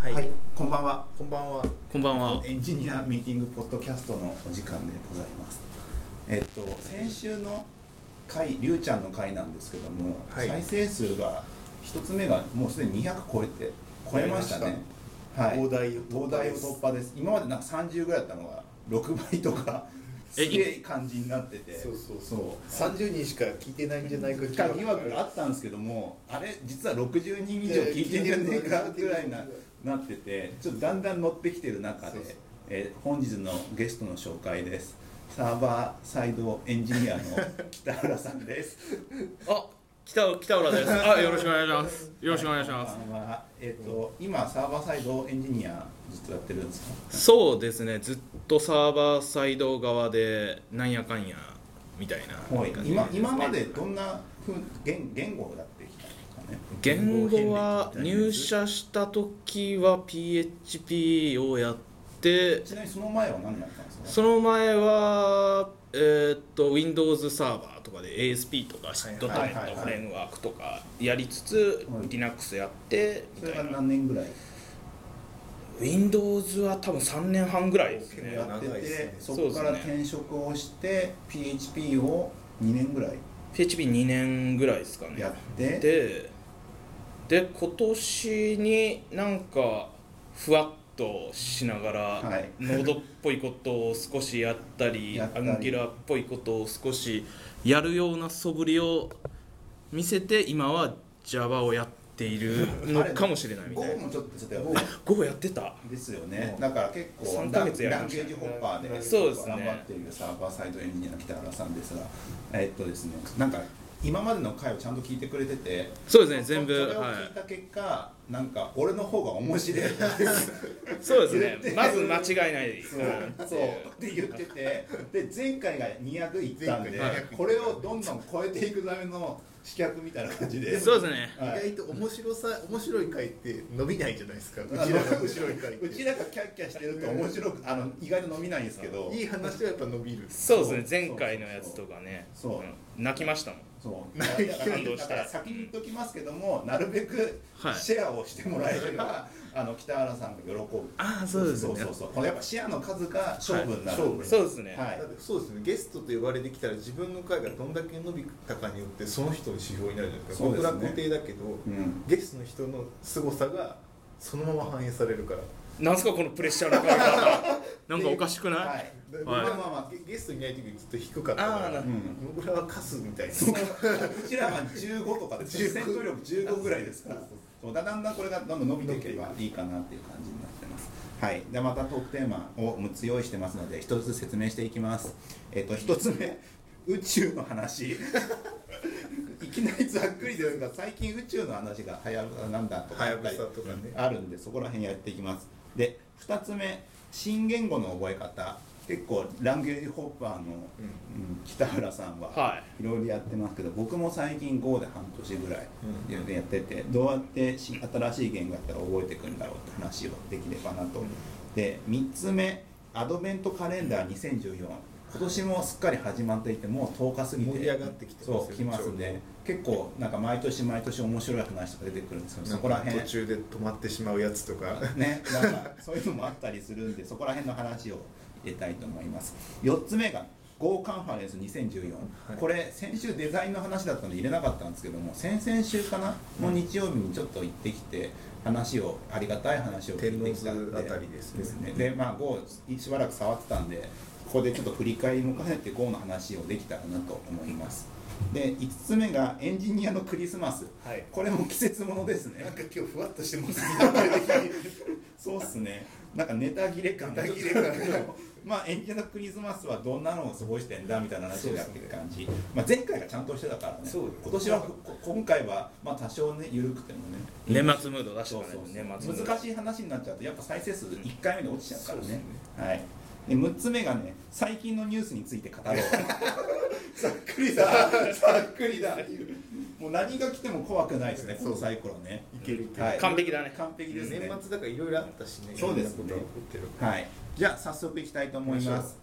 はい、 はい、こんばんは。 こんばんは。 こんばんは。 エンジニアミーティングポッドキャストのお時間でございます。先週の回、りゅうちゃんの回なんですけども、 はい、 再生数が一つ目がもうすでに200超えましたね。はい、 大台を突破です。今までなんか30ぐらいだったのが6倍とかすげえ感じになってて、 そう30人しか聞いてないんじゃないか疑惑があったんですけども、あれ実は60人以上聞いてるんじゃねえかぐらいなってて、ちょっとだんだん乗ってきてる中で、本日のゲストの紹介です。サーバーサイドエンジニアの北浦さんです。 北浦です。よろしくお願いします。よろしくお願いします。 今サーバーサイドエンジニアずっとやってるんですか？ そうですね。ずっとサーバーサイド側でなんやかんやみたいな感じ。 今までどんな言語をやってきたんですかね？ 言語は入社した時は PHP をやって、 ちなみにその前は何やったんですか？ その前はWindows サーバーとかで ASP とか .NET フレームワークとかやりつつ Linux やってみたいな。 それが何年ぐらい ？Windows は多分3年半ぐらいですね。 やってて、そこから転職をして PHP を2年ぐらい PHP2 年ぐらいですかね。 やってで今年になんかふわっとしながら、ノードっぽいことを少しやったりアンギュラーっぽいことを少しやるような素振りを見せて、今は Java をやっているのかもしれないみたいな。 Go もちょっとやって Go やってたですよね。だから結構 3ヶ月やりランましたね。 ゲージホッパーでそうですね、 頑張っているサーバーサイドエンジニアの北原さんですが、ですね、なんか今までの回をちゃんと聞いてくれてて、 そうですね、全部それを聞いた結果、なんか俺の方が面白いそうですね、まず間違いないそうって言ってて、で前回が200いったんで、これをどんどん超えていくための試脚みたいな感じで。 そうですね、 意外と面白い回って伸びないじゃないですか。うちらが面白い回うちらがキャッキャしてると面白く意外と伸びないんですけど、 いい話はやっぱ伸びる。 そうですね、前回のやつとかね、泣きましたもん。 そうだから先に言っときますけども、なるべくシェアをしてもらえれば、北原さんが喜ぶ。 そうですね。 このやっぱシェアの数が勝負になる。 そうですね。 そうですね。ゲストと呼ばれてきたら自分の回がどんだけ伸びたかによってその人の指標になるじゃないですか。僕ら固定だけど、ゲストの人の凄さがそのまま反映されるから。 なんすかこのプレッシャーのかけ方。なんかおかしくない？ ゲストいない時ずっと低かったから僕らはカスみたいな。うちらは15とかで戦闘力15ぐらいですから、だんだんこれがどんどん伸びていけばいいかなっていう感じになってます。はい、でまたトークテーマを6つ用意してますので1つずつ説明していきます。1つ目、宇宙の話いきなりざっくりですが、最近宇宙の話がはやなんだとかあるんで、そこら辺やっていきます。で2つ目、新言語の覚え方。結構ランゲージホッパーの、北原さんはいろいろやってますけど、僕も最近 Go で半年ぐらいやってて、どうやって新しい言語やったら覚えていくんだろうって話をできればなと。で3つ目、アドベントカレンダー2014、今年もすっかり始まっていて、もう10日過ぎて盛り上がってきてます。 来ますんで、結構なんか毎年面白い話とか出てくるんですけど、そこら辺途中で止まってしまうやつとかね、なんかそういうのもあったりするんで、そこら辺の話を入れたいと思います。4つ目が Go カンファレンス2014、これ先週デザインの話だったので入れなかったんですけども、先々週かなの日曜日にちょっと行ってきて、ありがたい話を聞いてきたんで、 あたりですね。 でGo しばらく触ってたんで、ここでちょっと振り返りも兼ねて Go の話をできたらなと思います。で5つ目がエンジニアのクリスマス、これも季節ものですね。 なんか今日ふわっとしてますそうっすね、なんかネタ切れ感エンジニアのクリスマスはどんなのを過ごしてんだみたいな話をやってる感じ。前回がちゃんとしてたからね、今回は多少ね緩くてもね、 年末ムード出してからね。 難しい話になっちゃうとやっぱ再生数1回目で落ちちゃうからね。はい。で6つ目がね、最近のニュースについて語ろうざっくりだもう何が来ても怖くないですね、このサイコロね。 いける。 完璧だね。 完璧ですね。 年末だからいろいろあったしね。 そうですね。はい、じゃあ早速いきたいと思います。